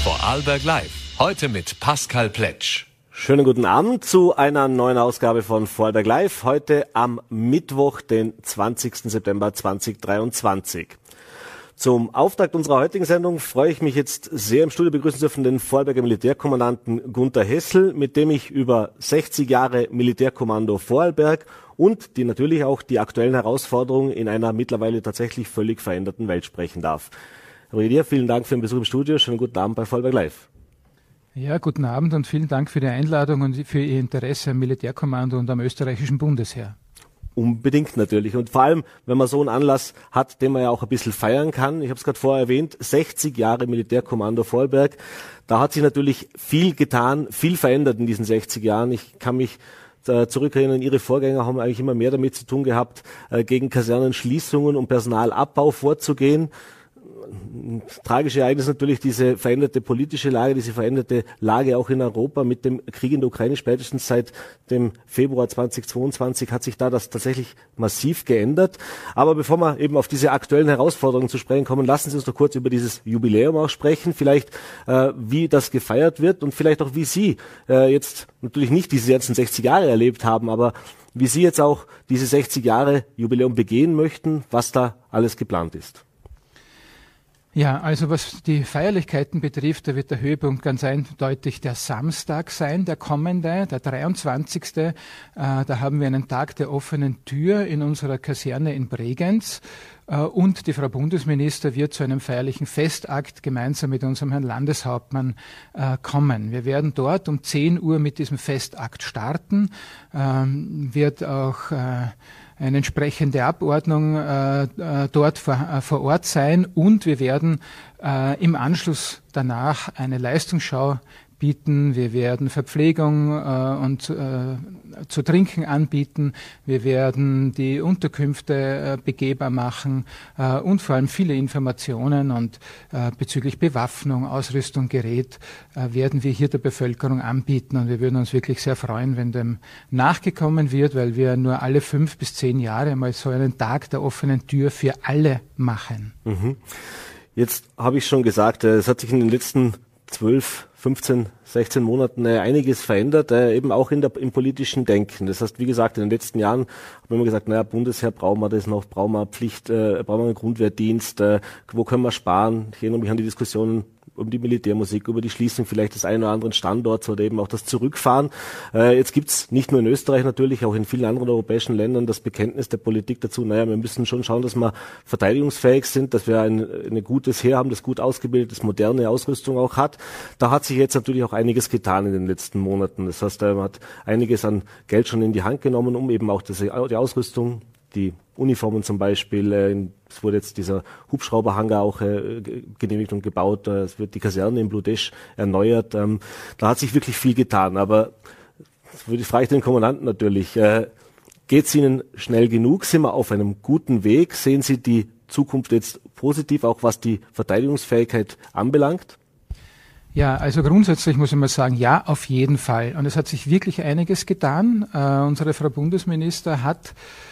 Vorarlberg Live. Heute mit Pascal Pletsch. Schönen guten Abend zu einer neuen Ausgabe von Vorarlberg Live. Heute am Mittwoch, den 20. September 2023. Zum Auftakt unserer heutigen Sendung freue ich mich jetzt sehr, im Studio begrüßen zu dürfen den Vorarlberger Militärkommandanten Gunter Hessel, mit dem ich über 60 Jahre Militärkommando Vorarlberg und natürlich auch die aktuellen Herausforderungen in einer mittlerweile tatsächlich völlig veränderten Welt sprechen darf. Herr Brigadier, vielen Dank für den Besuch im Studio. Schönen guten Abend bei Vorarlberg Live. Ja, guten Abend und vielen Dank für die Einladung und für Ihr Interesse am Militärkommando und am österreichischen Bundesheer. Unbedingt natürlich. Und vor allem, wenn man so einen Anlass hat, den man ja auch ein bisschen feiern kann. Ich habe es gerade vorher erwähnt, 60 Jahre Militärkommando Vorarlberg. Da hat sich natürlich viel getan, viel verändert in diesen 60 Jahren. Ich kann mich zurückerinnern, Ihre Vorgänger haben eigentlich immer mehr damit zu tun gehabt, gegen Kasernenschließungen und Personalabbau vorzugehen. Tragische Ereignis natürlich diese veränderte politische Lage, diese veränderte Lage auch in Europa mit dem Krieg in der Ukraine. Spätestens seit dem Februar 2022 hat sich da das tatsächlich massiv geändert. Aber bevor wir eben auf diese aktuellen Herausforderungen zu sprechen kommen, lassen Sie uns noch kurz über dieses Jubiläum auch sprechen. Vielleicht wie das gefeiert wird und vielleicht auch wie Sie jetzt natürlich nicht diese ganzen 60 Jahre erlebt haben, aber wie Sie jetzt auch diese 60 Jahre Jubiläum begehen möchten, was da alles geplant ist. Ja, also was die Feierlichkeiten betrifft, da wird der Höhepunkt ganz eindeutig der Samstag sein, der kommende, der 23. Da haben wir einen Tag der offenen Tür in unserer Kaserne in Bregenz. Und die Frau Bundesminister wird zu einem feierlichen Festakt gemeinsam mit unserem Herrn Landeshauptmann kommen. Wir werden dort um 10 Uhr mit diesem Festakt starten, wird auch eine entsprechende Abordnung dort vor Ort sein und wir werden im Anschluss danach eine Leistungsschau bieten. Wir werden Verpflegung und zu trinken anbieten. Wir werden die Unterkünfte begehbar machen und vor allem viele Informationen und bezüglich Bewaffnung, Ausrüstung, Gerät werden wir hier der Bevölkerung anbieten. Und wir würden uns wirklich sehr freuen, wenn dem nachgekommen wird, weil wir nur alle 5 bis 10 Jahre mal so einen Tag der offenen Tür für alle machen. Mhm. Jetzt habe ich schon gesagt, es hat sich in den letzten 12, 15, 16 Monaten einiges verändert, eben auch im politischen Denken. Das heißt, wie gesagt, in den letzten Jahren haben wir immer gesagt, Bundesheer, brauchen wir das noch, brauchen wir Pflicht, brauchen wir einen Grundwehrdienst, wo können wir sparen? Ich erinnere mich an die Diskussionen um die Militärmusik, über die Schließung vielleicht des einen oder anderen Standorts oder eben auch das Zurückfahren. Jetzt gibt's nicht nur in Österreich natürlich, auch in vielen anderen europäischen Ländern das Bekenntnis der Politik dazu, wir müssen schon schauen, dass wir verteidigungsfähig sind, dass wir ein gutes Heer haben, das gut ausgebildetes, moderne Ausrüstung auch hat. Da hat sich jetzt natürlich auch einiges getan in den letzten Monaten. Das heißt, man hat einiges an Geld schon in die Hand genommen, um eben auch die Ausrüstung, die Uniformen zum Beispiel, es wurde jetzt dieser Hubschrauberhangar auch genehmigt und gebaut, es wird die Kaserne in Bludesch erneuert, da hat sich wirklich viel getan, aber das frage ich den Kommandanten natürlich, geht es Ihnen schnell genug, sind wir auf einem guten Weg, sehen Sie die Zukunft jetzt positiv, auch was die Verteidigungsfähigkeit anbelangt? Ja, also grundsätzlich muss ich mal sagen, ja, auf jeden Fall. Und es hat sich wirklich einiges getan. Unsere Frau Bundesminister hat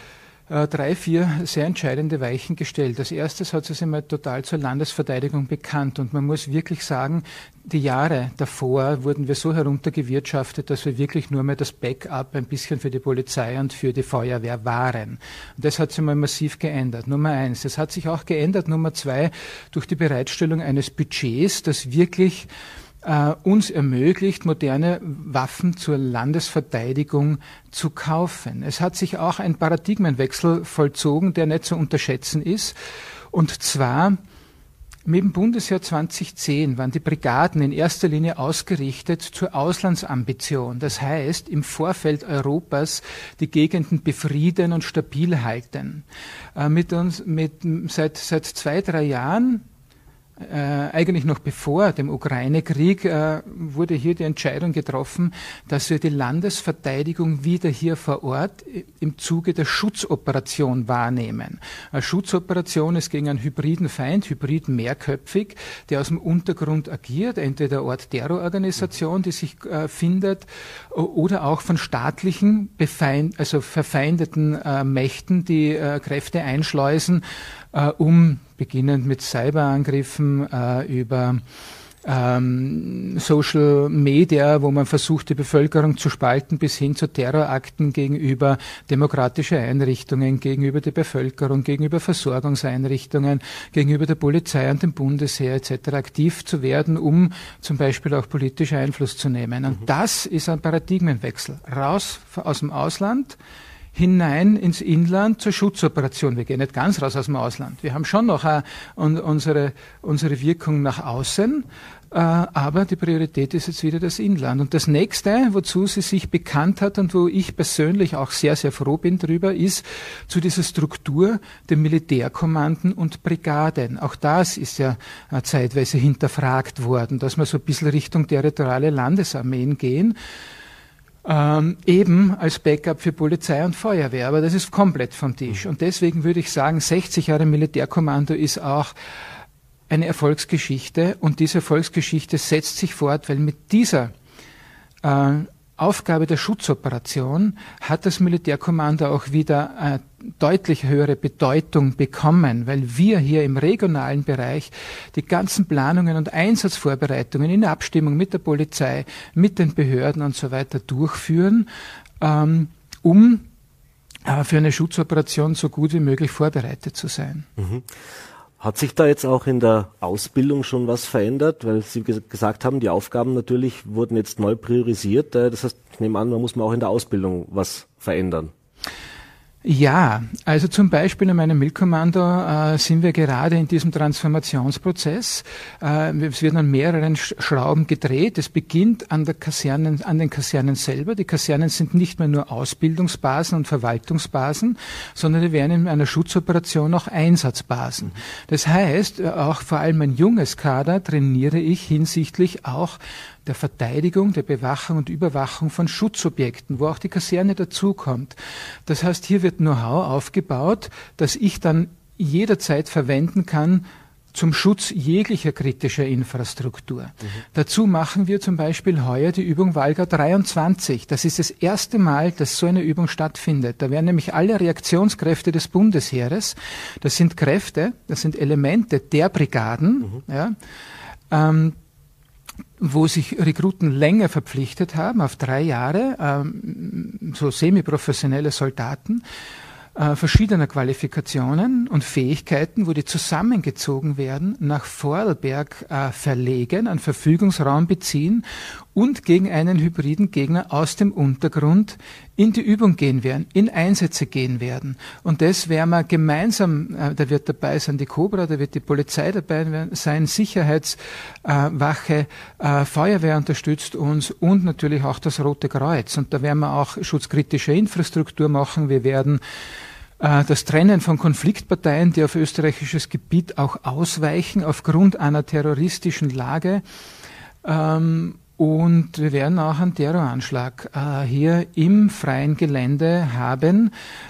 3, 4 sehr entscheidende Weichen gestellt. Als erstes hat sie sich mal total zur Landesverteidigung bekannt und man muss wirklich sagen, die Jahre davor wurden wir so heruntergewirtschaftet, dass wir wirklich nur mehr das Backup ein bisschen für die Polizei und für die Feuerwehr waren. Und das hat sich mal massiv geändert. Nummer 1. Es hat sich auch geändert, Nummer 2, durch die Bereitstellung eines Budgets, das wirklich uns ermöglicht, moderne Waffen zur Landesverteidigung zu kaufen. Es hat sich auch ein Paradigmenwechsel vollzogen, der nicht zu unterschätzen ist. Und zwar mit dem Bundesheer 2010 waren die Brigaden in erster Linie ausgerichtet zur Auslandsambition. Das heißt, im Vorfeld Europas die Gegenden befrieden und stabil halten. Seit 2, 3 Jahren eigentlich noch bevor dem Ukraine-Krieg wurde hier die Entscheidung getroffen, dass wir die Landesverteidigung wieder hier vor Ort im Zuge der Schutzoperation wahrnehmen. Eine Schutzoperation ist gegen einen hybriden Feind, hybrid mehrköpfig, der aus dem Untergrund agiert, entweder eine Art Terrororganisation, die sich findet, oder auch von staatlichen, verfeindeten Mächten, die Kräfte einschleusen, beginnend mit Cyberangriffen über Social Media, wo man versucht, die Bevölkerung zu spalten, bis hin zu Terrorakten gegenüber demokratische Einrichtungen, gegenüber der Bevölkerung, gegenüber Versorgungseinrichtungen, gegenüber der Polizei und dem Bundesheer etc. aktiv zu werden, um zum Beispiel auch politisch Einfluss zu nehmen. Und das ist ein Paradigmenwechsel. Raus aus dem Ausland, hinein ins Inland zur Schutzoperation. Wir gehen nicht ganz raus aus dem Ausland. Wir haben schon noch unsere Wirkung nach außen, aber die Priorität ist jetzt wieder das Inland. Und das Nächste, wozu sie sich bekannt hat und wo ich persönlich auch sehr, sehr froh bin drüber, ist zu dieser Struktur der Militärkommanden und Brigaden. Auch das ist ja zeitweise hinterfragt worden, dass wir so ein bisschen Richtung territoriale Landesarmeen gehen. Eben als Backup für Polizei und Feuerwehr, aber das ist komplett vom Tisch. Und deswegen würde ich sagen, 60 Jahre Militärkommando ist auch eine Erfolgsgeschichte und diese Erfolgsgeschichte setzt sich fort, weil mit dieser Aufgabe der Schutzoperation hat das Militärkommando auch wieder deutlich höhere Bedeutung bekommen, weil wir hier im regionalen Bereich die ganzen Planungen und Einsatzvorbereitungen in Abstimmung mit der Polizei, mit den Behörden und so weiter durchführen, um für eine Schutzoperation so gut wie möglich vorbereitet zu sein. Mhm. Hat sich da jetzt auch in der Ausbildung schon was verändert? Weil Sie gesagt haben, die Aufgaben natürlich wurden jetzt neu priorisiert. Das heißt, ich nehme an, da muss man auch in der Ausbildung was verändern. Ja, also zum Beispiel in meinem Milkommando sind wir gerade in diesem Transformationsprozess. Es wird an mehreren Schrauben gedreht. Es beginnt an den Kasernen selber. Die Kasernen sind nicht mehr nur Ausbildungsbasen und Verwaltungsbasen, sondern die werden in einer Schutzoperation auch Einsatzbasen. Das heißt, auch vor allem ein junges Kader trainiere ich hinsichtlich auch der Verteidigung, der Bewachung und Überwachung von Schutzobjekten, wo auch die Kaserne dazukommt. Das heißt, hier wird Know-how aufgebaut, das ich dann jederzeit verwenden kann zum Schutz jeglicher kritischer Infrastruktur. Dazu machen wir zum Beispiel heuer die Übung Valga 23. Das ist das erste Mal, dass so eine Übung stattfindet. Da werden nämlich alle Reaktionskräfte des Bundesheeres, das sind Kräfte, das sind Elemente der Brigaden, wo sich Rekruten länger verpflichtet haben, auf 3 Jahre, so semiprofessionelle Soldaten, verschiedener Qualifikationen und Fähigkeiten, wo die zusammengezogen werden, nach Vorarlberg verlegen, einen Verfügungsraum beziehen und gegen einen hybriden Gegner aus dem Untergrund in die Übung gehen werden, in Einsätze gehen werden. Und das werden wir gemeinsam, da wird dabei sein die Cobra, da wird die Polizei dabei sein, Sicherheitswache, Feuerwehr unterstützt uns und natürlich auch das Rote Kreuz. Und da werden wir auch schutzkritische Infrastruktur machen. Wir werden das Trennen von Konfliktparteien, die auf österreichisches Gebiet auch ausweichen aufgrund einer terroristischen Lage. Und wir werden auch einen Terroranschlag hier im freien Gelände haben,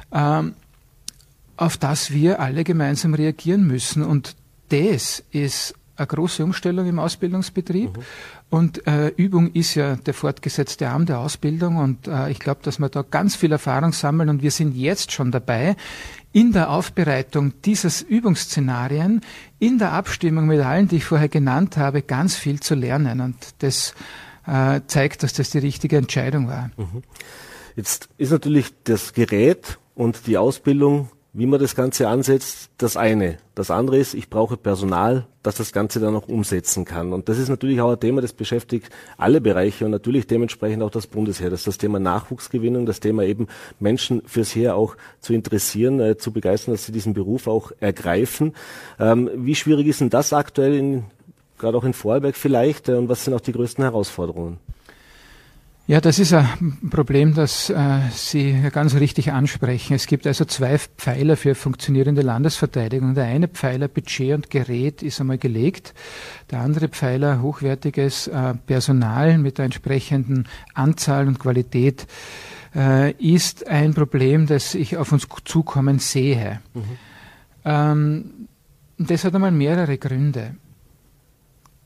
auf das wir alle gemeinsam reagieren müssen. Und das ist eine große Umstellung im Ausbildungsbetrieb. Und Übung ist ja der fortgesetzte Arm der Ausbildung. Und ich glaube, dass wir da ganz viel Erfahrung sammeln. Und wir sind jetzt schon dabei, in der Aufbereitung dieses Übungsszenarien, in der Abstimmung mit allen, die ich vorher genannt habe, ganz viel zu lernen. Und das zeigt, dass das die richtige Entscheidung war. Jetzt ist natürlich das Gerät und die Ausbildung, wie man das Ganze ansetzt, das eine. Das andere ist, ich brauche Personal, das das Ganze dann auch umsetzen kann. Und das ist natürlich auch ein Thema, das beschäftigt alle Bereiche und natürlich dementsprechend auch das Bundesheer. Das ist das Thema Nachwuchsgewinnung, das Thema eben Menschen fürs Heer auch zu interessieren, zu begeistern, dass sie diesen Beruf auch ergreifen. Wie schwierig ist denn das aktuell, gerade auch in Vorarlberg vielleicht, und was sind auch die größten Herausforderungen? Ja, das ist ein Problem, das Sie ganz richtig ansprechen. Es gibt also 2 Pfeiler für funktionierende Landesverteidigung. Der eine Pfeiler Budget und Gerät ist einmal gelegt. Der andere Pfeiler hochwertiges Personal mit der entsprechenden Anzahl und Qualität ist ein Problem, das ich auf uns zukommen sehe. Das hat einmal mehrere Gründe.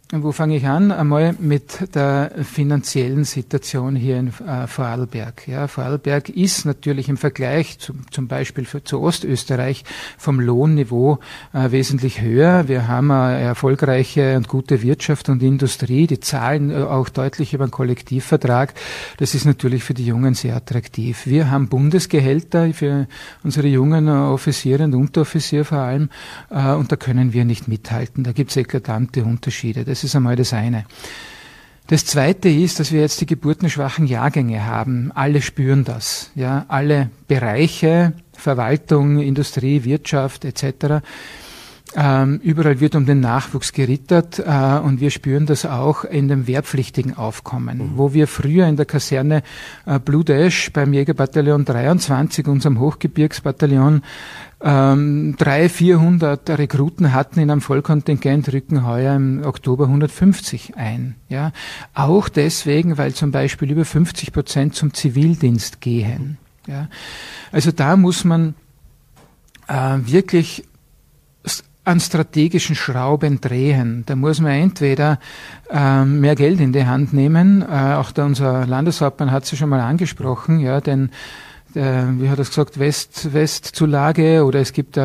Wo fange ich an? Einmal mit der finanziellen Situation hier in Vorarlberg. Ja, Vorarlberg ist natürlich im Vergleich zum Beispiel zu Ostösterreich vom Lohnniveau wesentlich höher. Wir haben eine erfolgreiche und gute Wirtschaft und Industrie, die zahlen auch deutlich über den Kollektivvertrag. Das ist natürlich für die Jungen sehr attraktiv. Wir haben Bundesgehälter für unsere jungen Offiziere und Unteroffiziere vor allem, und da können wir nicht mithalten. Da gibt es eklatante Unterschiede. Das ist einmal das eine. Das Zweite ist, dass wir jetzt die geburtenschwachen Jahrgänge haben. Alle spüren das. Ja, alle Bereiche, Verwaltung, Industrie, Wirtschaft etc. Überall wird um den Nachwuchs gerittert, und wir spüren das auch in dem wehrpflichtigen Aufkommen. Wo wir früher in der Kaserne Bludesch beim Jägerbataillon 23, unserem Hochgebirgsbataillon, 300-400 Rekruten hatten in einem Vollkontingent, rücken heuer im Oktober 150 ein. Ja, auch deswegen, weil zum Beispiel über 50% zum Zivildienst gehen. Ja, also da muss man wirklich an strategischen Schrauben drehen. Da muss man entweder mehr Geld in die Hand nehmen. Auch unser Landeshauptmann hat es ja schon mal angesprochen, ja, denn wie hat er gesagt, Westzulage, oder es gibt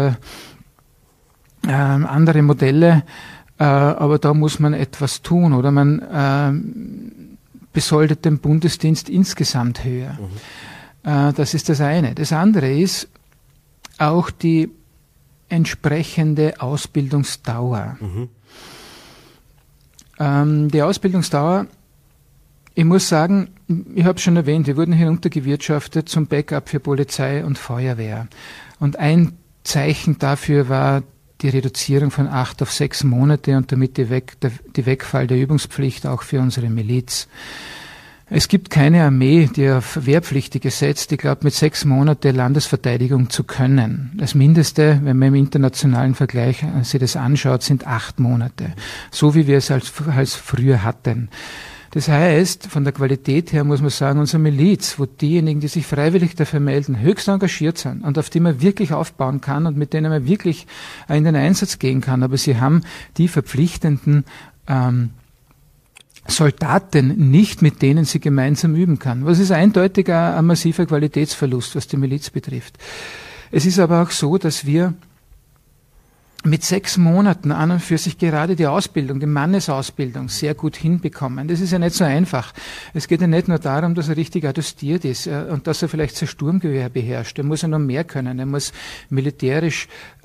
andere Modelle, aber da muss man etwas tun, oder man besoldet den Bundesdienst insgesamt höher. Das ist das eine. Das andere ist auch die entsprechende Ausbildungsdauer. Die Ausbildungsdauer, ich muss sagen, ich habe es schon erwähnt, wir wurden hinuntergewirtschaftet zum Backup für Polizei und Feuerwehr. Und ein Zeichen dafür war die Reduzierung von 8 auf 6 Monate und damit die Wegfall der Übungspflicht auch für unsere Miliz. Es gibt keine Armee, die auf Wehrpflichtige setzt, die glaubt, mit 6 Monaten Landesverteidigung zu können. Das Mindeste, wenn man im internationalen Vergleich sich das anschaut, sind 8 Monate. So wie wir es als früher hatten. Das heißt, von der Qualität her muss man sagen, unsere Miliz, wo diejenigen, die sich freiwillig dafür melden, höchst engagiert sind und auf die man wirklich aufbauen kann und mit denen man wirklich in den Einsatz gehen kann. Aber sie haben die verpflichtenden Soldaten nicht, mit denen sie gemeinsam üben kann. Was ist eindeutig ein massiver Qualitätsverlust, was die Miliz betrifft. Es ist aber auch so, dass wir mit 6 Monaten an und für sich gerade die Ausbildung, die Mannesausbildung sehr gut hinbekommen. Das ist ja nicht so einfach. Es geht ja nicht nur darum, dass er richtig adjustiert ist und dass er vielleicht sein Sturmgewehr beherrscht. Er muss ja noch mehr können. Er muss militärische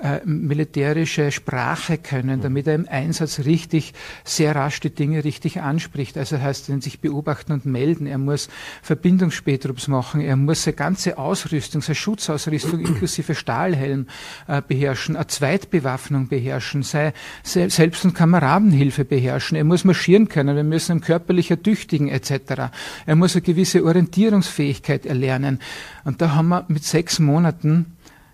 Sprache können, damit er im Einsatz richtig, sehr rasch die Dinge richtig anspricht. Also heißt es, sich beobachten und melden. Er muss Verbindungsspätrups machen. Er muss seine ganze Ausrüstung, seine Schutzausrüstung inklusive Stahlhelm beherrschen, eine Zweitbewaffnung beherrschen, sei Selbst- und Kameradenhilfe beherrschen. Er muss marschieren können, wir müssen ihn körperlich ertüchtigen etc. Er muss eine gewisse Orientierungsfähigkeit erlernen. Und da haben wir mit 6 Monaten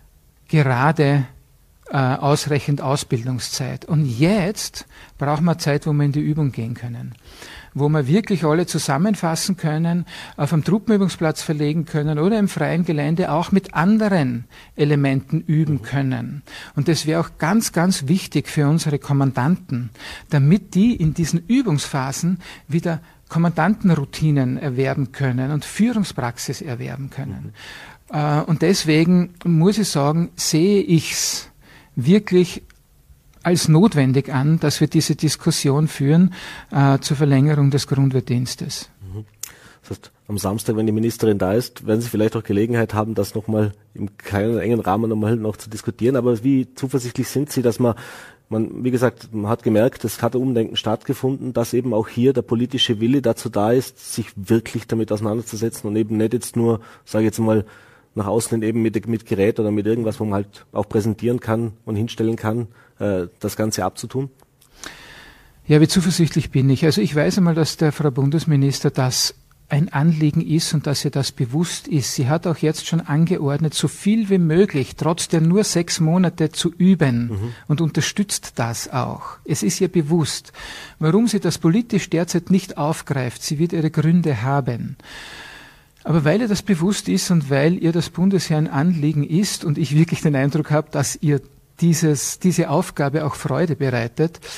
gerade ausreichend Ausbildungszeit. Und jetzt brauchen wir Zeit, wo wir in die Übung gehen können. Wo wir wirklich alle zusammenfassen können, auf einem Truppenübungsplatz verlegen können oder im freien Gelände auch mit anderen Elementen üben können. Und das wäre auch ganz, ganz wichtig für unsere Kommandanten, damit die in diesen Übungsphasen wieder Kommandantenroutinen erwerben können und Führungspraxis erwerben können. Und deswegen muss ich sagen, sehe ich's wirklich als notwendig an, dass wir diese Diskussion führen zur Verlängerung des Grundwehrdienstes. Das heißt, am Samstag, wenn die Ministerin da ist, werden Sie vielleicht auch Gelegenheit haben, das nochmal im kleinen, engen Rahmen noch zu diskutieren. Aber wie zuversichtlich sind Sie, dass man, wie gesagt, man hat gemerkt, es hat ein Umdenken stattgefunden, dass eben auch hier der politische Wille dazu da ist, sich wirklich damit auseinanderzusetzen und eben nicht jetzt nur, sage ich jetzt mal, nach außen hin eben mit Gerät oder mit irgendwas, wo man halt auch präsentieren kann und hinstellen kann, das Ganze abzutun? Ja, wie zuversichtlich bin ich? Also ich weiß einmal, dass der Frau Bundesminister das ein Anliegen ist und dass ihr das bewusst ist. Sie hat auch jetzt schon angeordnet, so viel wie möglich, trotz der nur 6 Monate zu üben und unterstützt das auch. Es ist ihr bewusst. Warum sie das politisch derzeit nicht aufgreift, sie wird ihre Gründe haben. Aber weil ihr das bewusst ist und weil ihr das Bundesheer ein Anliegen ist und ich wirklich den Eindruck habe, dass ihr diese Aufgabe auch Freude bereitet,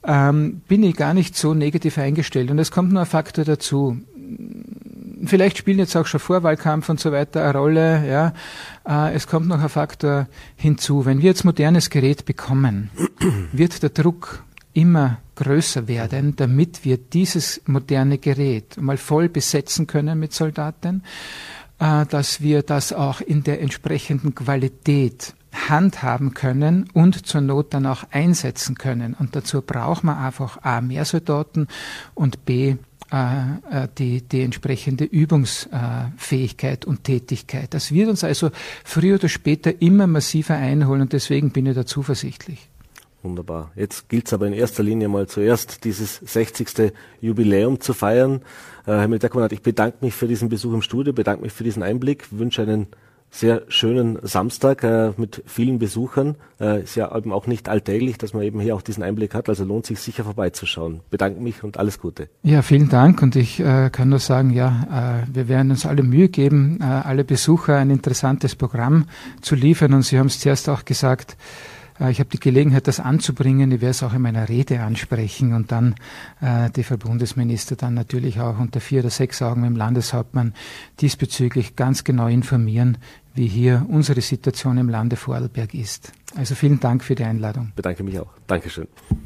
bin ich gar nicht so negativ eingestellt. Und es kommt noch ein Faktor dazu. Vielleicht spielen jetzt auch schon Vorwahlkampf und so weiter eine Rolle. Ja. Es kommt noch ein Faktor hinzu. Wenn wir jetzt modernes Gerät bekommen, wird der Druck immer größer werden, damit wir dieses moderne Gerät mal voll besetzen können mit Soldaten, dass wir das auch in der entsprechenden Qualität handhaben können und zur Not dann auch einsetzen können. Und dazu braucht man einfach A, mehr Soldaten und B, die entsprechende Übungsfähigkeit und Tätigkeit. Das wird uns also früher oder später immer massiver einholen und deswegen bin ich da zuversichtlich. Wunderbar. Jetzt gilt es aber in erster Linie mal zuerst, dieses 60. Jubiläum zu feiern. Herr Militärkommandant, ich bedanke mich für diesen Besuch im Studio, bedanke mich für diesen Einblick, wünsche einen sehr schönen Samstag mit vielen Besuchern. Ist ja eben auch nicht alltäglich, dass man eben hier auch diesen Einblick hat, also lohnt sich sicher vorbeizuschauen. Bedanke mich und alles Gute. Ja, vielen Dank und ich kann nur sagen, wir werden uns alle Mühe geben, alle Besucher ein interessantes Programm zu liefern und Sie haben es zuerst auch gesagt, ich habe die Gelegenheit, das anzubringen. Ich werde es auch in meiner Rede ansprechen und dann die Frau Bundesminister dann natürlich auch unter 4 oder 6 Augen mit dem Landeshauptmann diesbezüglich ganz genau informieren, wie hier unsere Situation im Lande Vorarlberg ist. Also vielen Dank für die Einladung. Bedanke mich auch. Dankeschön.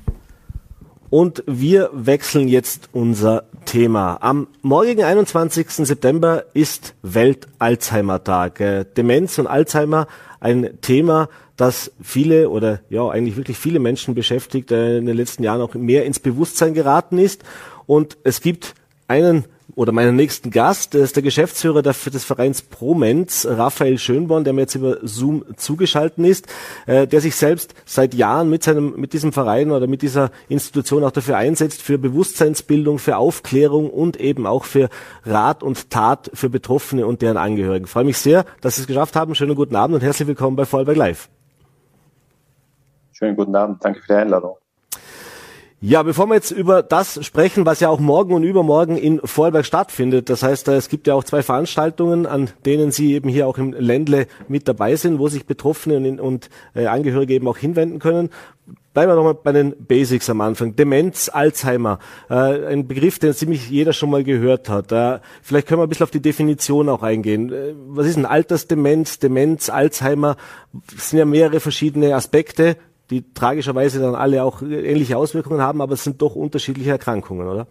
Und wir wechseln jetzt unser Thema. Am morgigen 21. September ist Welt-Alzheimer-Tag. Demenz und Alzheimer, ein Thema, das viele oder ja eigentlich wirklich viele Menschen beschäftigt, in den letzten Jahren auch mehr ins Bewusstsein geraten ist. Und es gibt meinen nächsten Gast, der ist der Geschäftsführer des Vereins Promenz, Raphael Schönborn, der mir jetzt über Zoom zugeschaltet ist, der sich selbst seit Jahren mit diesem Verein oder mit dieser Institution auch dafür einsetzt, für Bewusstseinsbildung, für Aufklärung und eben auch für Rat und Tat für Betroffene und deren Angehörigen. Ich freue mich sehr, dass Sie es geschafft haben. Schönen guten Abend und herzlich willkommen bei Vorarlberg Live. Schönen guten Abend, danke für die Einladung. Ja, bevor wir jetzt über das sprechen, was ja auch morgen und übermorgen in Vorarlberg stattfindet, das heißt, es gibt ja auch 2 Veranstaltungen, an denen Sie eben hier auch im Ländle mit dabei sind, wo sich Betroffene und Angehörige eben auch hinwenden können. Bleiben wir nochmal bei den Basics am Anfang. Demenz, Alzheimer, ein Begriff, den ziemlich jeder schon mal gehört hat. Vielleicht können wir ein bisschen auf die Definition auch eingehen. Was ist ein Altersdemenz, Demenz, Alzheimer? Es sind ja mehrere verschiedene Aspekte, die tragischerweise dann alle auch ähnliche Auswirkungen haben, aber es sind doch unterschiedliche Erkrankungen, oder?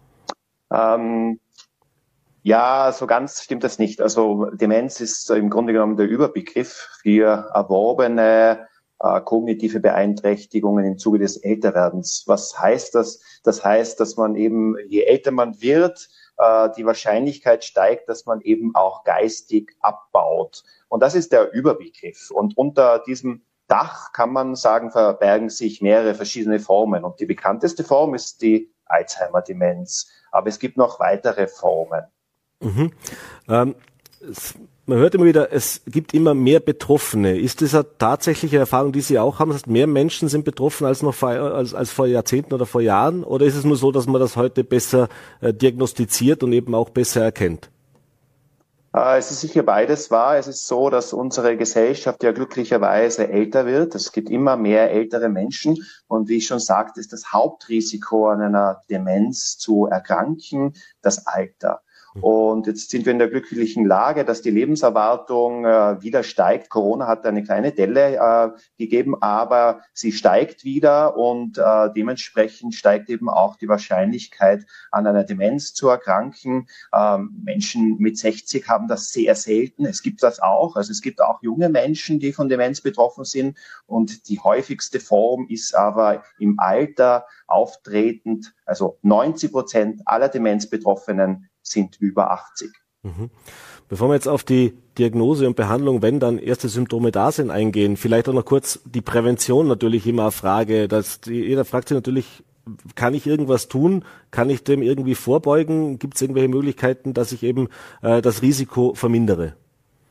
Ja, so ganz stimmt das nicht. Also Demenz ist im Grunde genommen der Überbegriff für erworbene kognitive Beeinträchtigungen im Zuge des Älterwerdens. Was heißt das? Das heißt, dass man eben, je älter man wird, die Wahrscheinlichkeit steigt, dass man eben auch geistig abbaut. Und das ist der Überbegriff. Und unter diesem Dach, kann man sagen, verbergen sich mehrere verschiedene Formen. Und die bekannteste Form ist die Alzheimer-Demenz. Aber es gibt noch weitere Formen. Mhm. Man hört immer wieder, es gibt immer mehr Betroffene. Ist das eine tatsächliche Erfahrung, die Sie auch haben? Das heißt, mehr Menschen sind betroffen als vor Jahrzehnten oder vor Jahren? Oder ist es nur so, dass man das heute besser diagnostiziert und eben auch besser erkennt? Es ist sicher beides wahr. Es ist so, dass unsere Gesellschaft ja glücklicherweise älter wird. Es gibt immer mehr ältere Menschen. Und wie ich schon sagte, ist das Hauptrisiko an einer Demenz zu erkranken das Alter. Und jetzt sind wir in der glücklichen Lage, dass die Lebenserwartung wieder steigt. Corona hat eine kleine Delle gegeben, aber sie steigt wieder und dementsprechend steigt eben auch die Wahrscheinlichkeit, an einer Demenz zu erkranken. Menschen mit 60 haben das sehr selten. Es gibt das auch. Also es gibt auch junge Menschen, die von Demenz betroffen sind. Und die häufigste Form ist aber im Alter auftretend. Also 90% aller Demenzbetroffenen sind über 80. Mhm. Bevor wir jetzt auf die Diagnose und Behandlung, wenn dann erste Symptome da sind, eingehen, vielleicht auch noch kurz die Prävention, natürlich immer eine Frage, jeder fragt sich natürlich, kann ich irgendwas tun? Kann ich dem irgendwie vorbeugen? Gibt es irgendwelche Möglichkeiten, dass ich eben das Risiko vermindere?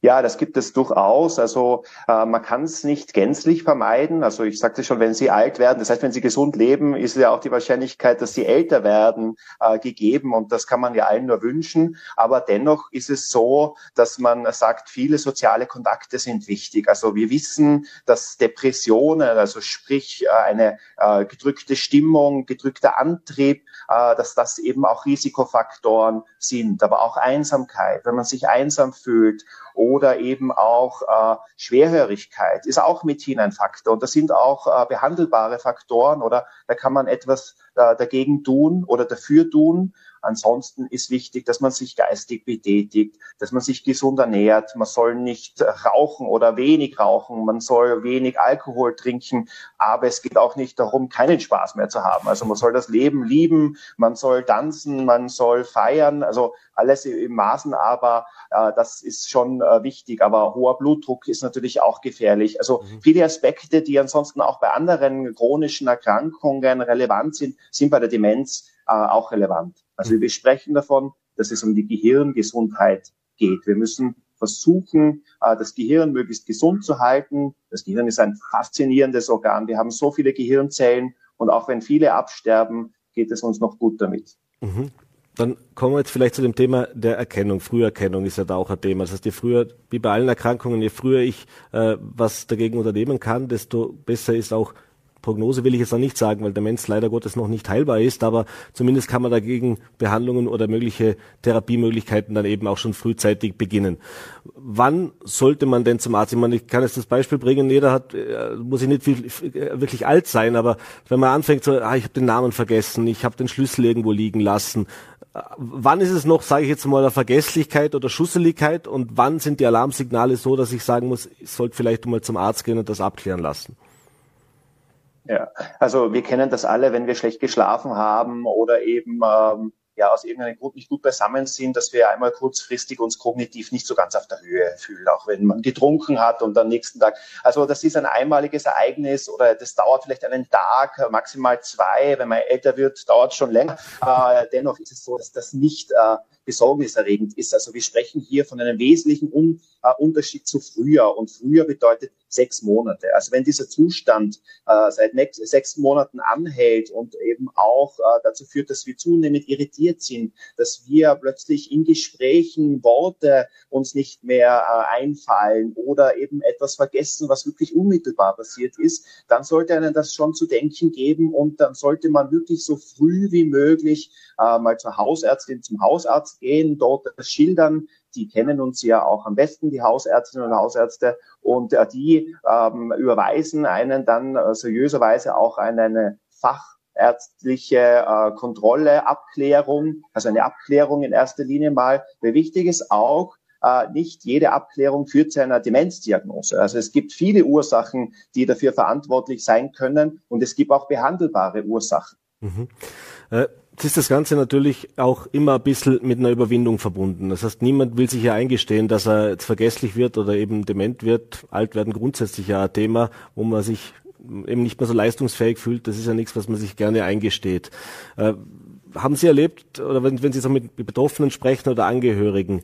Ja, das gibt es durchaus. Also man kann es nicht gänzlich vermeiden. Also ich sagte schon, wenn Sie alt werden, das heißt, wenn Sie gesund leben, ist ja auch die Wahrscheinlichkeit, dass Sie älter werden, gegeben. Und das kann man ja allen nur wünschen. Aber dennoch ist es so, dass man sagt, viele soziale Kontakte sind wichtig. Also wir wissen, dass Depressionen, also sprich eine gedrückte Stimmung, gedrückter Antrieb, dass das eben auch Risikofaktoren sind. Aber auch Einsamkeit, wenn man sich einsam fühlt, oder eben auch Schwerhörigkeit ist auch mithin ein Faktor. Und das sind auch behandelbare Faktoren oder da kann man etwas dagegen tun oder dafür tun. Ansonsten ist wichtig, dass man sich geistig betätigt, dass man sich gesund ernährt. Man soll nicht rauchen oder wenig rauchen. Man soll wenig Alkohol trinken. Aber es geht auch nicht darum, keinen Spaß mehr zu haben. Also man soll das Leben lieben. Man soll tanzen. Man soll feiern. Also alles im Maßen. Aber das ist schon wichtig. Aber hoher Blutdruck ist natürlich auch gefährlich. Also viele Aspekte, die ansonsten auch bei anderen chronischen Erkrankungen relevant sind, sind bei der Demenz auch relevant. Also wir sprechen davon, dass es um die Gehirngesundheit geht. Wir müssen versuchen, das Gehirn möglichst gesund zu halten. Das Gehirn ist ein faszinierendes Organ. Wir haben so viele Gehirnzellen und auch wenn viele absterben, geht es uns noch gut damit. Mhm. Dann kommen wir jetzt vielleicht zu dem Thema der Erkennung. Früherkennung ist ja da auch ein Thema. Das heißt, je früher, wie bei allen Erkrankungen, je früher ich was dagegen unternehmen kann, desto besser ist auch Prognose, will ich jetzt noch nicht sagen, weil Demenz leider Gottes noch nicht heilbar ist, aber zumindest kann man dagegen Behandlungen oder mögliche Therapiemöglichkeiten dann eben auch schon frühzeitig beginnen. Wann sollte man denn zum Arzt? Ich meine, ich kann jetzt das Beispiel bringen, jeder muss ich nicht wirklich alt sein, aber wenn man anfängt so, ich habe den Namen vergessen, ich habe den Schlüssel irgendwo liegen lassen, wann ist es noch, sage ich jetzt mal, eine Vergesslichkeit oder Schusseligkeit und wann sind die Alarmsignale so, dass ich sagen muss, ich sollte vielleicht mal zum Arzt gehen und das abklären lassen? Ja, also wir kennen das alle, wenn wir schlecht geschlafen haben oder eben aus irgendeinem Grund nicht gut beisammen sind, dass wir einmal kurzfristig uns kognitiv nicht so ganz auf der Höhe fühlen, auch wenn man getrunken hat und am nächsten Tag. Also das ist ein einmaliges Ereignis oder das dauert vielleicht einen Tag, maximal 2. Wenn man älter wird, dauert es schon länger. Dennoch ist es so, dass das nicht besorgniserregend ist. Also wir sprechen hier von einem wesentlichen Unterschied zu früher. Und früher bedeutet 6 Monate. Also wenn dieser Zustand seit 6 Monaten anhält und eben auch dazu führt, dass wir zunehmend irritiert sind, dass wir plötzlich in Gesprächen Worte uns nicht mehr einfallen oder eben etwas vergessen, was wirklich unmittelbar passiert ist, dann sollte einem das schon zu denken geben und dann sollte man wirklich so früh wie möglich mal zur Hausärztin, zum Hausarzt gehen, dort das schildern. Die kennen uns ja auch am besten, die Hausärztinnen und Hausärzte, und die überweisen einen dann seriöserweise auch an eine fachärztliche Kontrolle, Abklärung, also eine Abklärung in erster Linie mal. Weil wichtig ist auch, nicht jede Abklärung führt zu einer Demenzdiagnose. Also es gibt viele Ursachen, die dafür verantwortlich sein können, und es gibt auch behandelbare Ursachen. Mhm. Jetzt ist das Ganze natürlich auch immer ein bisschen mit einer Überwindung verbunden. Das heißt, niemand will sich ja eingestehen, dass er jetzt vergesslich wird oder eben dement wird. Alt werden grundsätzlich ja ein Thema, wo man sich eben nicht mehr so leistungsfähig fühlt. Das ist ja nichts, was man sich gerne eingesteht. Haben Sie erlebt, oder wenn Sie so mit Betroffenen sprechen oder Angehörigen,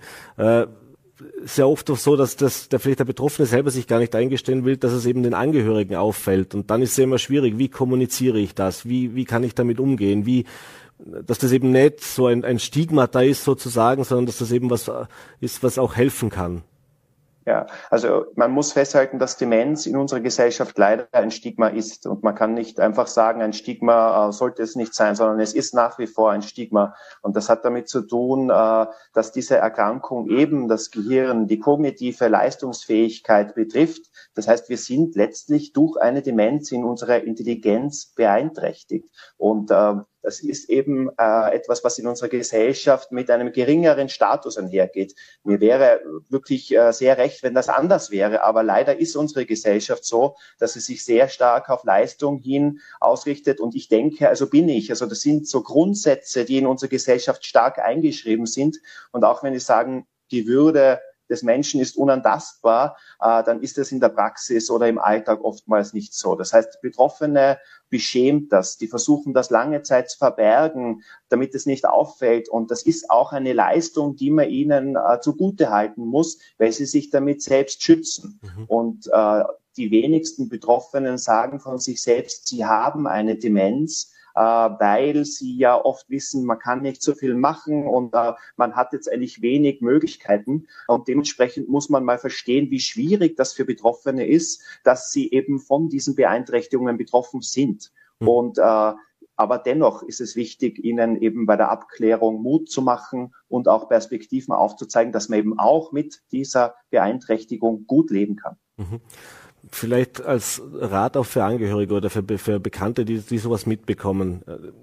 ist ja oft auch so, dass vielleicht der Betroffene selber sich gar nicht eingestehen will, dass es eben den Angehörigen auffällt. Und dann ist es ja immer schwierig, wie kommuniziere ich das? Wie kann ich damit umgehen? Dass das eben nicht so ein Stigmata ist sozusagen, sondern dass das eben was ist, was auch helfen kann. Ja, also man muss festhalten, dass Demenz in unserer Gesellschaft leider ein Stigma ist. Und man kann nicht einfach sagen, ein Stigma sollte es nicht sein, sondern es ist nach wie vor ein Stigma. Und das hat damit zu tun, dass diese Erkrankung eben das Gehirn, die kognitive Leistungsfähigkeit betrifft. Das heißt, wir sind letztlich durch eine Demenz in unserer Intelligenz beeinträchtigt. Und das ist eben etwas, was in unserer Gesellschaft mit einem geringeren Status einhergeht. Mir wäre wirklich sehr recht, wenn das anders wäre. Aber leider ist unsere Gesellschaft so, dass sie sich sehr stark auf Leistung hin ausrichtet. Und ich denke, also das sind so Grundsätze, die in unserer Gesellschaft stark eingeschrieben sind. Und auch wenn ich sagen, die Würde des Menschen ist unantastbar, dann ist das in der Praxis oder im Alltag oftmals nicht so. Das heißt, Betroffene beschämt das. Die versuchen das lange Zeit zu verbergen, damit es nicht auffällt. Und das ist auch eine Leistung, die man ihnen zugutehalten muss, weil sie sich damit selbst schützen. Und die wenigsten Betroffenen sagen von sich selbst, sie haben eine Demenz, weil sie ja oft wissen, man kann nicht so viel machen und man hat jetzt eigentlich wenig Möglichkeiten. Und dementsprechend muss man mal verstehen, wie schwierig das für Betroffene ist, dass sie eben von diesen Beeinträchtigungen betroffen sind. Und aber dennoch ist es wichtig, ihnen eben bei der Abklärung Mut zu machen und auch Perspektiven aufzuzeigen, dass man eben auch mit dieser Beeinträchtigung gut leben kann. Vielleicht als Rat auch für Angehörige oder für Bekannte, die sowas mitbekommen.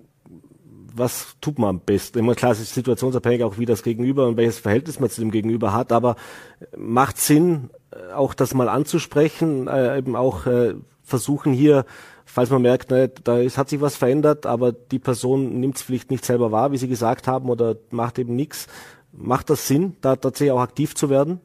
Was tut man am besten? Immer klar, es ist situationsabhängig auch, wie das Gegenüber und welches Verhältnis man zu dem Gegenüber hat, aber macht Sinn, auch das mal anzusprechen, eben auch versuchen hier, falls man merkt, hat sich was verändert, aber die Person nimmt es vielleicht nicht selber wahr, wie Sie gesagt haben, oder macht eben nichts. Macht das Sinn, da tatsächlich auch aktiv zu werden?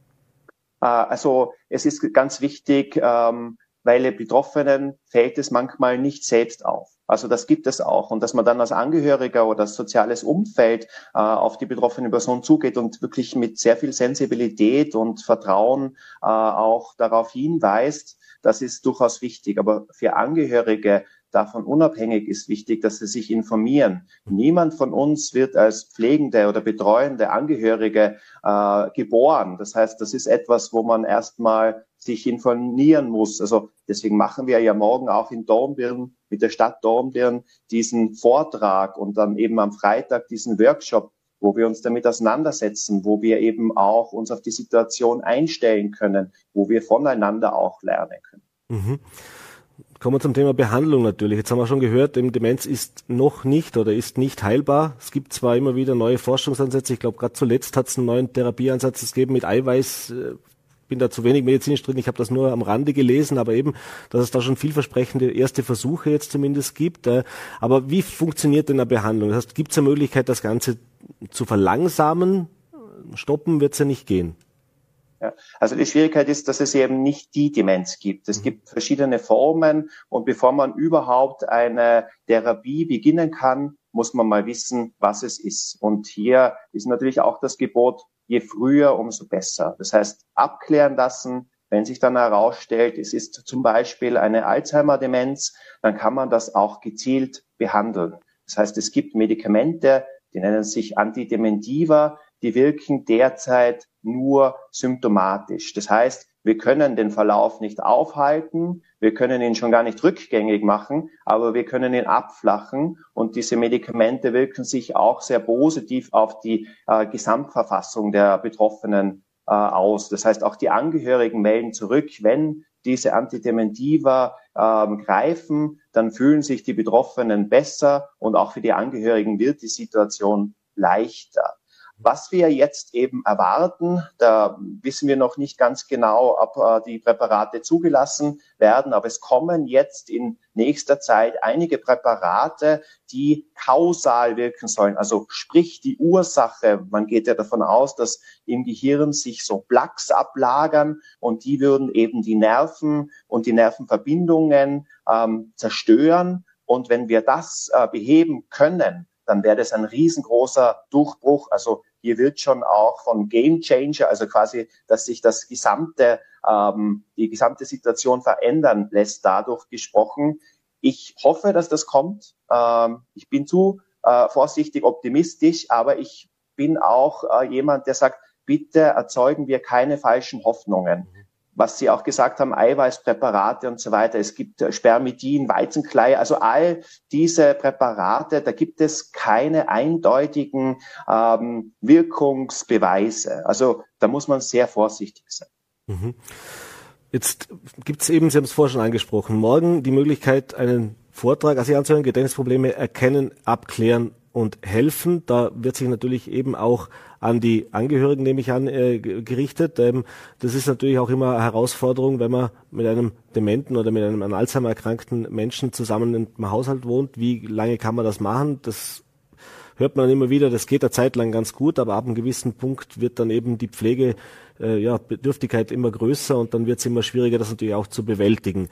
Also es ist ganz wichtig, weil Betroffenen fällt es manchmal nicht selbst auf. Also das gibt es auch. Und dass man dann als Angehöriger oder als soziales Umfeld auf die betroffene Person zugeht und wirklich mit sehr viel Sensibilität und Vertrauen auch darauf hinweist, das ist durchaus wichtig. Aber für Angehörige davon unabhängig ist wichtig, dass sie sich informieren. Niemand von uns wird als pflegende oder betreuende Angehörige geboren. Das heißt, das ist etwas, wo man erstmal sich informieren muss. Also deswegen machen wir ja morgen auch in Dornbirn mit der Stadt Dornbirn diesen Vortrag und dann eben am Freitag diesen Workshop, wo wir uns damit auseinandersetzen, wo wir eben auch uns auf die Situation einstellen können, wo wir voneinander auch lernen können. Mhm. Kommen wir zum Thema Behandlung natürlich. Jetzt haben wir schon gehört, Demenz ist noch nicht oder ist nicht heilbar. Es gibt zwar immer wieder neue Forschungsansätze. Ich glaube, gerade zuletzt hat es einen neuen Therapieansatz gegeben mit Eiweiß. Bin da zu wenig medizinisch drin. Ich habe das nur am Rande gelesen, aber eben, dass es da schon vielversprechende erste Versuche jetzt zumindest gibt. Aber wie funktioniert denn eine Behandlung? Das heißt, gibt es eine Möglichkeit, das Ganze zu verlangsamen? Stoppen wird es ja nicht gehen. Ja, also die Schwierigkeit ist, dass es eben nicht die Demenz gibt. Es gibt verschiedene Formen und bevor man überhaupt eine Therapie beginnen kann, muss man mal wissen, was es ist. Und hier ist natürlich auch das Gebot, je früher, umso besser. Das heißt, abklären lassen, wenn sich dann herausstellt, es ist zum Beispiel eine Alzheimer-Demenz, dann kann man das auch gezielt behandeln. Das heißt, es gibt Medikamente, die nennen sich Antidementiva, die wirken derzeit nur symptomatisch. Das heißt, wir können den Verlauf nicht aufhalten, wir können ihn schon gar nicht rückgängig machen, aber wir können ihn abflachen und diese Medikamente wirken sich auch sehr positiv auf die Gesamtverfassung der Betroffenen aus. Das heißt, auch die Angehörigen melden zurück, wenn diese Antidementiva greifen, dann fühlen sich die Betroffenen besser und auch für die Angehörigen wird die Situation leichter. Was wir jetzt eben erwarten, da wissen wir noch nicht ganz genau, ob die Präparate zugelassen werden, aber es kommen jetzt in nächster Zeit einige Präparate, die kausal wirken sollen, also sprich die Ursache. Man geht ja davon aus, dass im Gehirn sich so Plaques ablagern und die würden eben die Nerven und die Nervenverbindungen zerstören. Und wenn wir das beheben können, dann wäre das ein riesengroßer Durchbruch. Also hier wird schon auch von Game Changer, also quasi, dass sich das die gesamte Situation verändern lässt, dadurch gesprochen. Ich hoffe, dass das kommt. Ich bin zu vorsichtig optimistisch, aber ich bin auch jemand, der sagt, bitte erzeugen wir keine falschen Hoffnungen. Was Sie auch gesagt haben, Eiweißpräparate und so weiter. Es gibt Spermidin, Weizenkleie, also all diese Präparate, da gibt es keine eindeutigen Wirkungsbeweise. Also da muss man sehr vorsichtig sein. Mhm. Jetzt gibt es eben, Sie haben es vorher schon angesprochen, morgen die Möglichkeit, einen Vortrag, also anzuhören, Gedächtnisprobleme erkennen, abklären und helfen. Da wird sich natürlich eben auch an die Angehörigen, nehme ich an, gerichtet. Das ist natürlich auch immer eine Herausforderung, wenn man mit einem dementen oder mit einem an Alzheimer erkrankten Menschen zusammen im Haushalt wohnt. Wie lange kann man das machen? Das hört man immer wieder, das geht eine Zeit lang ganz gut, aber ab einem gewissen Punkt wird dann eben die Bedürftigkeit immer größer und dann wird es immer schwieriger, das natürlich auch zu bewältigen.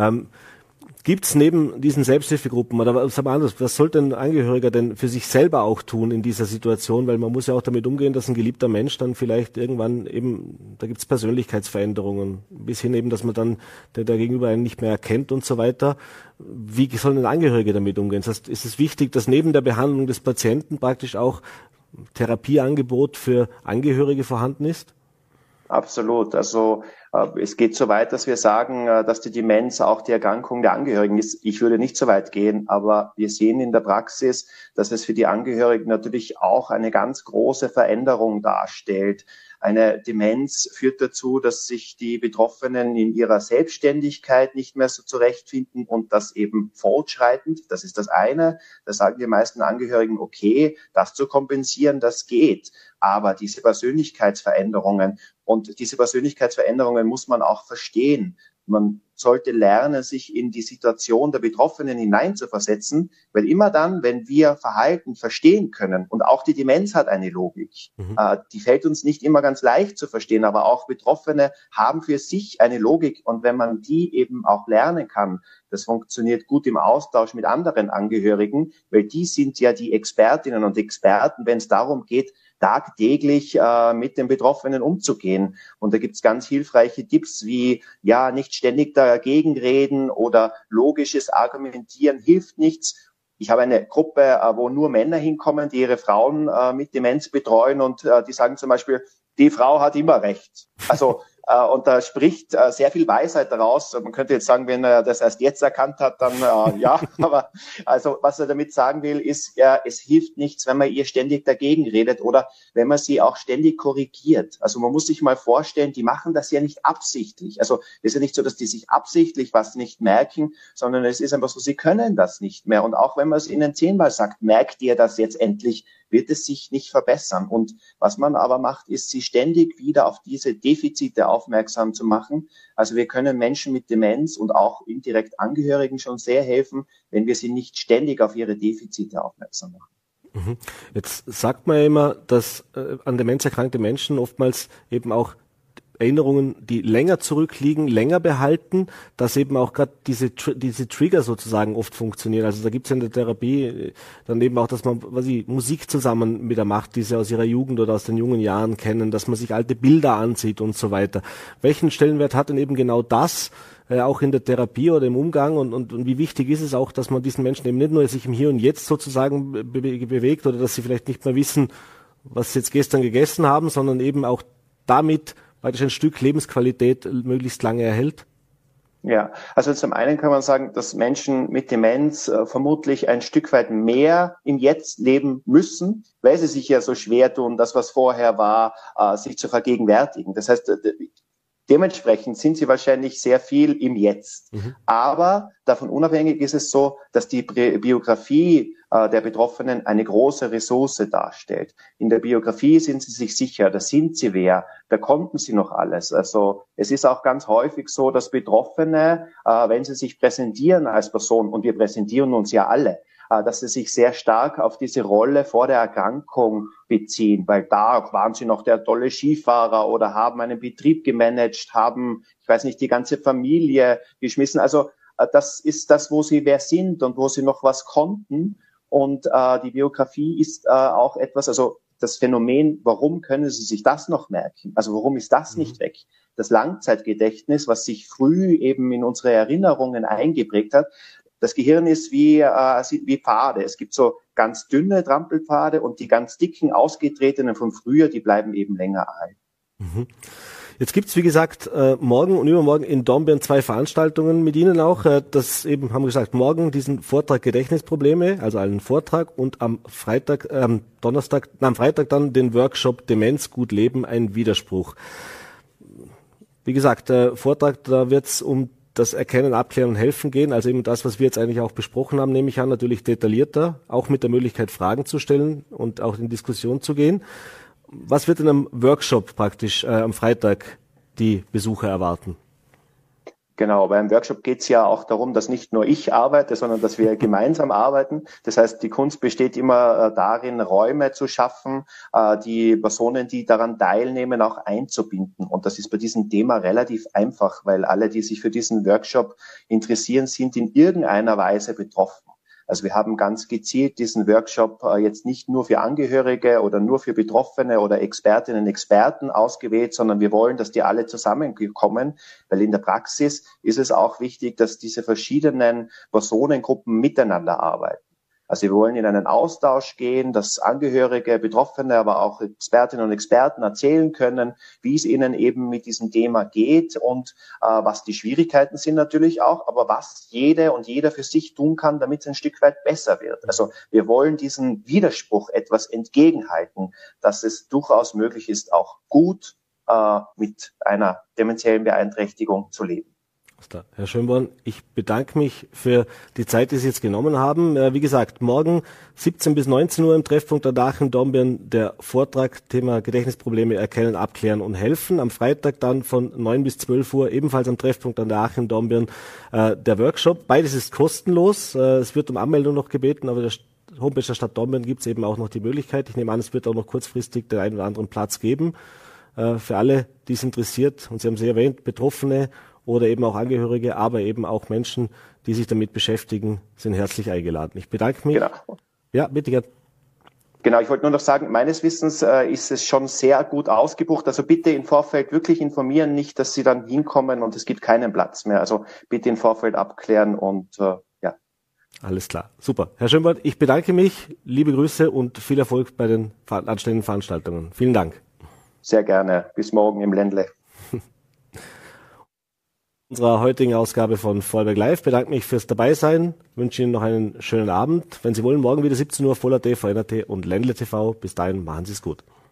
Gibt es neben diesen Selbsthilfegruppen, oder sag mal anders, was sollte ein Angehöriger denn für sich selber auch tun in dieser Situation? Weil man muss ja auch damit umgehen, dass ein geliebter Mensch dann vielleicht irgendwann eben, da gibt es Persönlichkeitsveränderungen, bis hin eben, dass man dann der Gegenüber einen nicht mehr erkennt und so weiter. Wie soll ein Angehöriger damit umgehen? Das heißt, ist es wichtig, dass neben der Behandlung des Patienten praktisch auch Therapieangebot für Angehörige vorhanden ist? Absolut. Also es geht so weit, dass wir sagen, dass die Demenz auch die Erkrankung der Angehörigen ist. Ich würde nicht so weit gehen, aber wir sehen in der Praxis, dass es für die Angehörigen natürlich auch eine ganz große Veränderung darstellt. Eine Demenz führt dazu, dass sich die Betroffenen in ihrer Selbstständigkeit nicht mehr so zurechtfinden und das eben fortschreitend. Das ist das eine. Da sagen die meisten Angehörigen, okay, das zu kompensieren, das geht. Aber diese Persönlichkeitsveränderungen muss man auch verstehen. Man sollte lernen, sich in die Situation der Betroffenen hineinzuversetzen, weil immer dann, wenn wir Verhalten verstehen können, und auch die Demenz hat eine Logik, die fällt uns nicht immer ganz leicht zu verstehen, aber auch Betroffene haben für sich eine Logik, und wenn man die eben auch lernen kann, das funktioniert gut im Austausch mit anderen Angehörigen, weil die sind ja die Expertinnen und Experten, wenn es darum geht, tagtäglich mit den Betroffenen umzugehen. Und da gibt's ganz hilfreiche Tipps wie, ja, nicht ständig dagegen reden oder logisches Argumentieren hilft nichts. Ich habe eine Gruppe, wo nur Männer hinkommen, die ihre Frauen mit Demenz betreuen, und die sagen zum Beispiel, die Frau hat immer recht. Also und da spricht sehr viel Weisheit daraus. Man könnte jetzt sagen, wenn er das erst jetzt erkannt hat, dann ja. Aber also was er damit sagen will, ist, es hilft nichts, wenn man ihr ständig dagegen redet oder wenn man sie auch ständig korrigiert. Also man muss sich mal vorstellen, die machen das ja nicht absichtlich. Also es ist ja nicht so, dass die sich absichtlich was nicht merken, sondern es ist einfach so, sie können das nicht mehr. Und auch wenn man es ihnen 10-mal sagt, merkt ihr das jetzt endlich, wird es sich nicht verbessern. Und was man aber macht, ist, sie ständig wieder auf diese Defizite aufmerksam zu machen. Also wir können Menschen mit Demenz und auch indirekt Angehörigen schon sehr helfen, wenn wir sie nicht ständig auf ihre Defizite aufmerksam machen. Jetzt sagt man ja immer, dass an Demenz erkrankte Menschen oftmals eben auch Erinnerungen, die länger zurückliegen, länger behalten, dass eben auch gerade diese Trigger sozusagen oft funktionieren. Also da gibt es in der Therapie dann eben auch, dass man Musik zusammen mit der macht, die sie aus ihrer Jugend oder aus den jungen Jahren kennen, dass man sich alte Bilder ansieht und so weiter. Welchen Stellenwert hat denn eben genau das auch in der Therapie oder im Umgang und wie wichtig ist es auch, dass man diesen Menschen eben nicht nur sich im Hier und Jetzt sozusagen bewegt oder dass sie vielleicht nicht mehr wissen, was sie jetzt gestern gegessen haben, sondern eben auch damit praktisch ein Stück Lebensqualität möglichst lange erhält? Ja, also zum einen kann man sagen, dass Menschen mit Demenz vermutlich ein Stück weit mehr im Jetzt leben müssen, weil sie sich ja so schwer tun, das, was vorher war, sich zu vergegenwärtigen. Das heißt, dementsprechend sind sie wahrscheinlich sehr viel im Jetzt. Aber davon unabhängig ist es so, dass die Biografie der Betroffenen eine große Ressource darstellt. In der Biografie sind sie sich sicher, da sind sie wer, da konnten sie noch alles. Also es ist auch ganz häufig so, dass Betroffene, wenn sie sich präsentieren als Person, und wir präsentieren uns ja alle, dass sie sich sehr stark auf diese Rolle vor der Erkrankung beziehen, weil da waren sie noch der tolle Skifahrer oder haben einen Betrieb gemanagt, haben, ich weiß nicht, die ganze Familie geschmissen. Also das ist das, wo sie wer sind und wo sie noch was konnten. Und die Biografie ist auch etwas, also das Phänomen, warum können sie sich das noch merken? Also warum ist das nicht weg? Das Langzeitgedächtnis, was sich früh eben in unsere Erinnerungen eingeprägt hat. Das Gehirn ist wie Pfade. Es gibt so ganz dünne Trampelpfade und die ganz dicken, ausgetretenen von früher, die bleiben eben länger erhalten. Jetzt gibt's wie gesagt, morgen und übermorgen in Dornbirn 2 Veranstaltungen mit Ihnen auch. Das eben, haben wir gesagt, morgen diesen Vortrag Gedächtnisprobleme, also einen Vortrag, und am Freitag dann den Workshop Demenz gut leben, ein Widerspruch. Wie gesagt, der Vortrag, da wird's um das Erkennen, Abklären und Helfen gehen, also eben das, was wir jetzt eigentlich auch besprochen haben, nehme ich an, natürlich detaillierter, auch mit der Möglichkeit, Fragen zu stellen und auch in Diskussion zu gehen. Was wird in einem Workshop praktisch am Freitag die Besucher erwarten? Genau, beim Workshop geht es ja auch darum, dass nicht nur ich arbeite, sondern dass wir gemeinsam arbeiten. Das heißt, die Kunst besteht immer darin, Räume zu schaffen, die Personen, die daran teilnehmen, auch einzubinden. Und das ist bei diesem Thema relativ einfach, weil alle, die sich für diesen Workshop interessieren, sind in irgendeiner Weise betroffen. Also wir haben ganz gezielt diesen Workshop jetzt nicht nur für Angehörige oder nur für Betroffene oder Expertinnen und Experten ausgewählt, sondern wir wollen, dass die alle zusammenkommen, weil in der Praxis ist es auch wichtig, dass diese verschiedenen Personengruppen miteinander arbeiten. Also wir wollen in einen Austausch gehen, dass Angehörige, Betroffene, aber auch Expertinnen und Experten erzählen können, wie es ihnen eben mit diesem Thema geht und was die Schwierigkeiten sind natürlich auch, aber was jede und jeder für sich tun kann, damit es ein Stück weit besser wird. Also wir wollen diesen Widerspruch etwas entgegenhalten, dass es durchaus möglich ist, auch gut mit einer dementiellen Beeinträchtigung zu leben. Herr Schönborn, ich bedanke mich für die Zeit, die Sie jetzt genommen haben. Wie gesagt, morgen 17 bis 19 Uhr im Treffpunkt der Dach in Dornbirn der Vortrag, Thema Gedächtnisprobleme erkennen, abklären und helfen. Am Freitag dann von 9 bis 12 Uhr ebenfalls am Treffpunkt an der Dach in Dornbirn der Workshop. Beides ist kostenlos. Es wird um Anmeldung noch gebeten, aber der Homepage der Stadt Dornbirn gibt es eben auch noch die Möglichkeit. Ich nehme an, es wird auch noch kurzfristig den einen oder anderen Platz geben. Für alle, die es interessiert, und Sie haben es erwähnt, Betroffene oder eben auch Angehörige, aber eben auch Menschen, die sich damit beschäftigen, sind herzlich eingeladen. Ich bedanke mich. Genau. Ja, bitte gern. Genau, ich wollte nur noch sagen, meines Wissens ist es schon sehr gut ausgebucht. Also bitte im Vorfeld wirklich informieren, nicht, dass Sie dann hinkommen und es gibt keinen Platz mehr. Also bitte im Vorfeld abklären und ja. Alles klar, super. Herr Schönborn, ich bedanke mich, liebe Grüße und viel Erfolg bei den anstehenden Veranstaltungen. Vielen Dank. Sehr gerne. Bis morgen im Ländle. Unserer heutigen Ausgabe von Vorarlberg Live. Bedanke mich fürs Dabeisein, wünsche Ihnen noch einen schönen Abend. Wenn Sie wollen, morgen wieder 17 Uhr Voller.at, VNRT und Ländle TV. Bis dahin, machen Sie es gut.